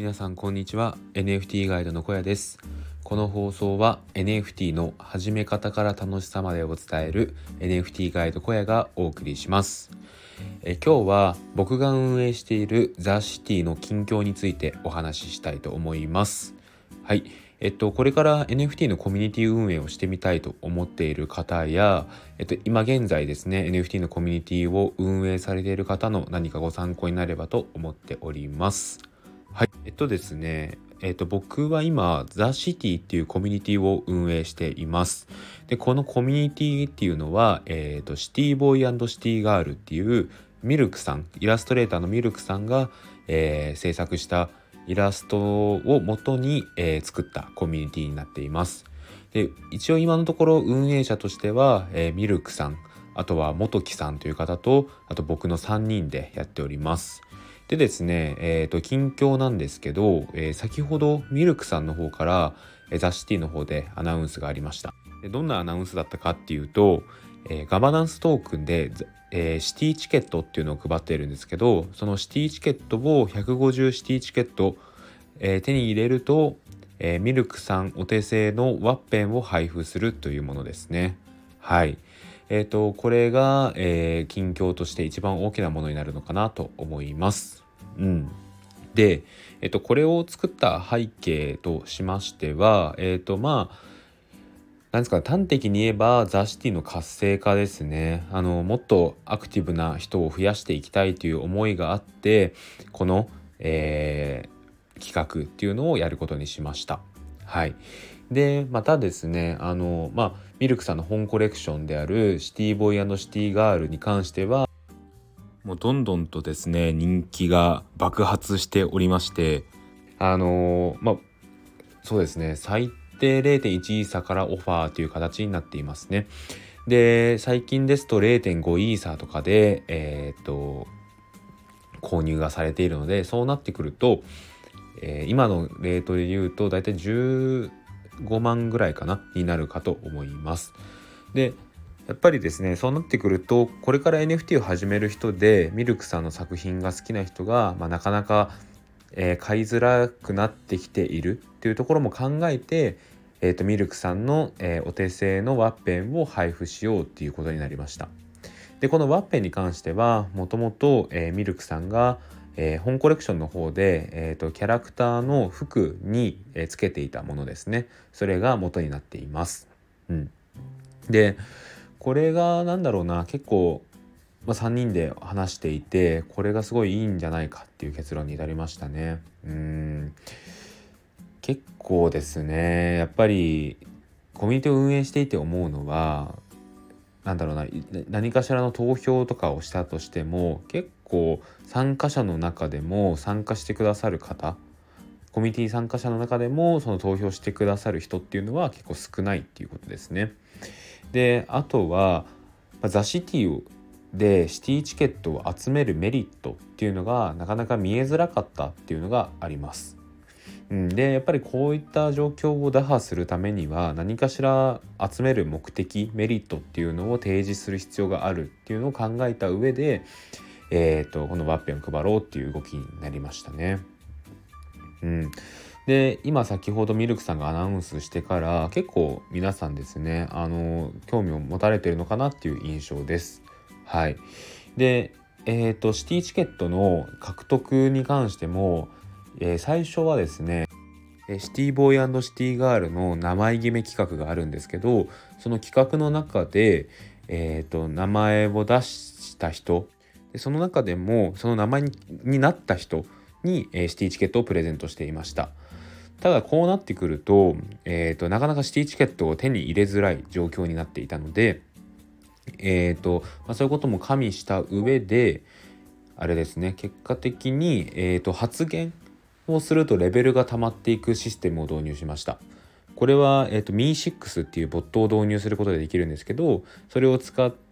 皆さんこんにちは。 NFT ガイドの小屋です。この放送は NFT の始め方から楽しさまでを伝える NFT ガイド小屋がお送りします。今日は僕が運営しているザ・シティの近況についてお話ししたいと思います。はい。これから NFT のコミュニティ運営をしてみたいと思っている方や、今現在ですね NFT のコミュニティを運営されている方の何かご参考になればと思っております。はい。ですね、僕は今、ザ・シティっていうコミュニティを運営しています。で、このコミュニティっていうのは、シティボーイ&シティガールっていうミルクさん、イラストレーターのミルクさんが、制作したイラストを元に、作ったコミュニティになっています。で、一応今のところ運営者としては、ミルクさん、あとは元木さんという方と、あと僕の3人でやっております。でですね、近況なんですけど、先ほどミルクさんの方から、ザ・シティの方でアナウンスがありました。でどんなアナウンスだったかっていうと、ガバナンストークンで、シティチケットっていうのを配っているんですけど、そのシティチケットを150シティチケット、手に入れると、ミルクさんお手製のワッペンを配布するというものですね。はい。これが、近況として一番大きなものになるのかなと思います。で、これを作った背景としましては、なんですかね、端的に言えばザ・シティの活性化ですね。もっとアクティブな人を増やしていきたいという思いがあって、この、企画っていうのをやることにしました。はい。で、またですね、ミルクさんの本コレクションであるシティボーイ&シティガールに関しては、もうどんどんとですね人気が爆発しておりまして、そうですね、最低 0.1 イーサからオファーという形になっていますね。で、最近ですと 0.5 イーサとかで購入がされているので、そうなってくると、今のレートで言うとだいたい15万ぐらいかなになるかと思います。で、やっぱりですね、そうなってくると、これから NFT を始める人でミルクさんの作品が好きな人が、なかなか、買いづらくなってきているっていうところも考えて、ミルクさんの、お手製のワッペンを配布しようっていうことになりました。で、このワッペンに関してはもともとミルクさんが、本コレクションの方で、キャラクターの服に、つけていたものですね。それが元になっています。で、これが結構、3人で話していて、これがすごいいいんじゃないかっていう結論に至りましたね。結構ですね、やっぱりコミュニティを運営していて思うのは、何かしらの投票とかをしたとしても、結構参加者の中でも参加してくださる方、コミュニティ参加者の中でもその投票してくださる人っていうのは結構少ないっていうことですね。で、あとは、ザ・シティでシティチケットを集めるメリットっていうのがなかなか見えづらかったっていうのがあります。で、やっぱりこういった状況を打破するためには、何かしら集める目的メリットっていうのを提示する必要があるっていうのを考えた上で、このワッペンを配ろうっていう動きになりましたね。で、今先ほどミルクさんがアナウンスしてから結構皆さんですね、興味を持たれているのかなっていう印象です。はい。で、シティチケットの獲得に関しても、最初はですね、シティボーイ&シティガールの名前決め企画があるんですけど、その企画の中で、名前を出した人で、その中でもその名前になった人に、シティチケットをプレゼントしていました。ただこうなってくると、なかなかシティチケットを手に入れづらい状況になっていたので、そういうことも加味した上で、あれですね、結果的に、発言をするとレベルが溜まっていくシステムを導入しました。これは、Me6 っていうボットを導入することでできるんですけど、それを使って、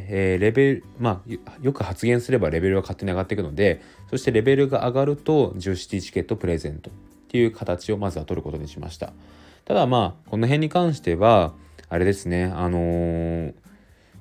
レベル、よく発言すればレベルが勝手に上がっていくので、そしてレベルが上がると10シティチケットプレゼントっていう形をまずは取ることにしました。ただこの辺に関してはあれですね、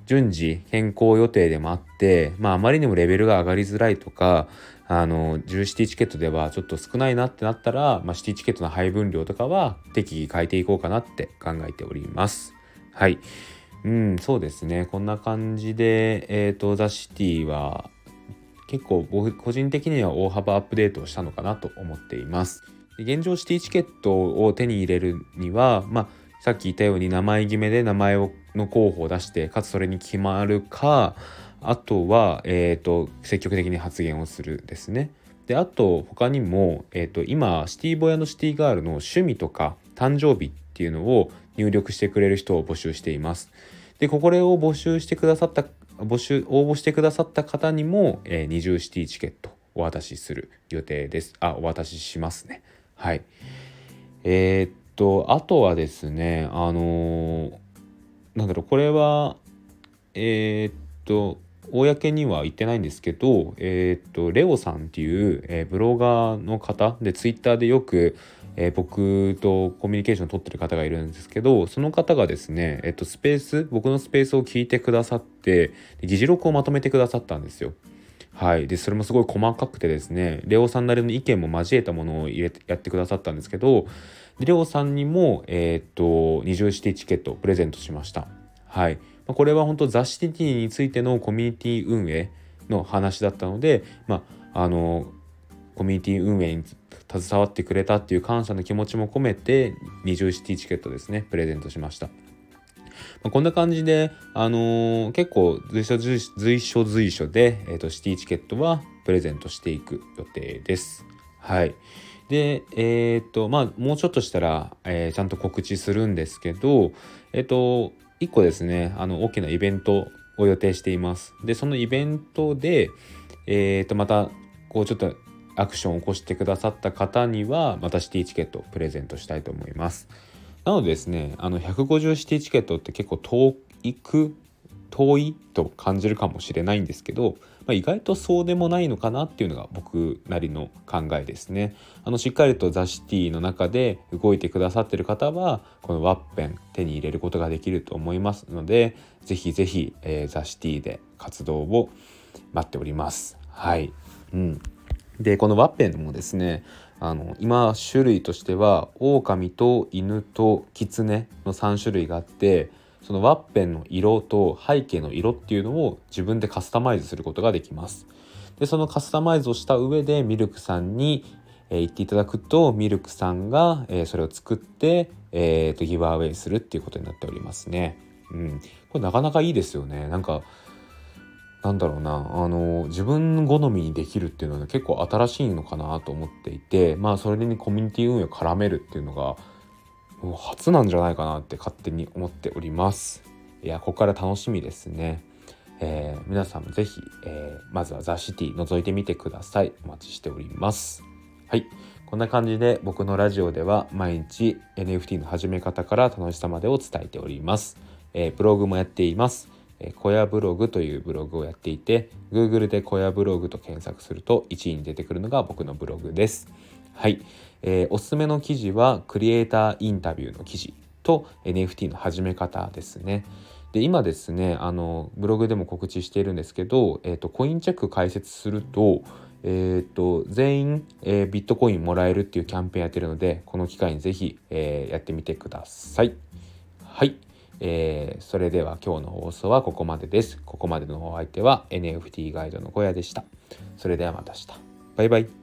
順次変更予定でもあって、あまりにもレベルが上がりづらいとか、10シティチケットではちょっと少ないなってなったら、シティチケットの配分量とかは適宜変えていこうかなって考えております。はい。そうですね。こんな感じで、ザ・シティは結構僕個人的には大幅アップデートをしたのかなと思っています。で現状シティチケットを手に入れるには、さっき言ったように名前決めで名前の候補を出して、かつそれに決まるか、あとは、積極的に発言をするですね。であと他にも、今シティボヤのシティガールの趣味とか誕生日っていうのを入力してくれる人を募集しています。でこれを応募してくださった方にも、20シティチケットお渡しする予定です。お渡ししますね。はい。あとはですね、これは公には言ってないんですけど、レオさんっていう、ブロガーの方でツイッターでよく、僕とコミュニケーションを取ってる方がいるんですけど、その方がですね、僕のスペースを聞いてくださって、議事録をまとめてくださったんですよ。はい。でそれもすごい細かくてですね、レオさんなりの意見も交えたものをやってくださったんですけど、レオさんにも、20シティチケットをプレゼントしました。はい。これは本当ザ・シティについてのコミュニティ運営の話だったので、コミュニティ運営に携わってくれたっていう感謝の気持ちも込めて20シティチケットですね、プレゼントしました。こんな感じで、結構随所で、シティチケットはプレゼントしていく予定です。はい。で、もうちょっとしたら、ちゃんと告知するんですけど、1個ですね、大きなイベントを予定しています。でそのイベントで、またこうちょっとアクションを起こしてくださった方にはまたシティチケットをプレゼントしたいと思います。なのでですね、150シティチケットって結構遠いと感じるかもしれないんですけど、意外とそうでもないのかなっていうのが僕なりの考えですね。しっかりとザ・シティの中で動いてくださってる方はこのワッペン手に入れることができると思いますので、ぜひぜひ、ザ・シティで活動を待っております。はい。でこのワッペンもですね、今種類としては狼と犬と狐の3種類があって、そのワッペンの色と背景の色っていうのを自分でカスタマイズすることができます。でそのカスタマイズをした上でミルクさんに、言っていただくと、ミルクさんが、それを作って、ギブアウェイするっていうことになっておりますね。これなかなかいいですよね。自分好みにできるっていうのは、結構新しいのかなと思っていて、それにコミュニティ運営を絡めるっていうのがもう初なんじゃないかなって勝手に思っております。いや、ここから楽しみですね。皆さんもぜひ、まずはザ・シティ覗いてみてください。お待ちしております。はい、こんな感じで僕のラジオでは毎日 NFT の始め方から楽しさまでを伝えております。ブログもやっています。小屋ブログというブログをやっていて、 Google で小屋ブログと検索すると1位に出てくるのが僕のブログです。はい、おすすめの記事はクリエイターインタビューの記事と NFT の始め方ですね。で今ですね、ブログでも告知しているんですけど、コインチェック開設すると、全員、ビットコインもらえるっていうキャンペーンやってるので、この機会にぜひ、やってみてください。はい、それでは今日の放送はここまでです。ここまでのお相手は NFT ガイドの小屋でした。それではまた明日。バイバイ。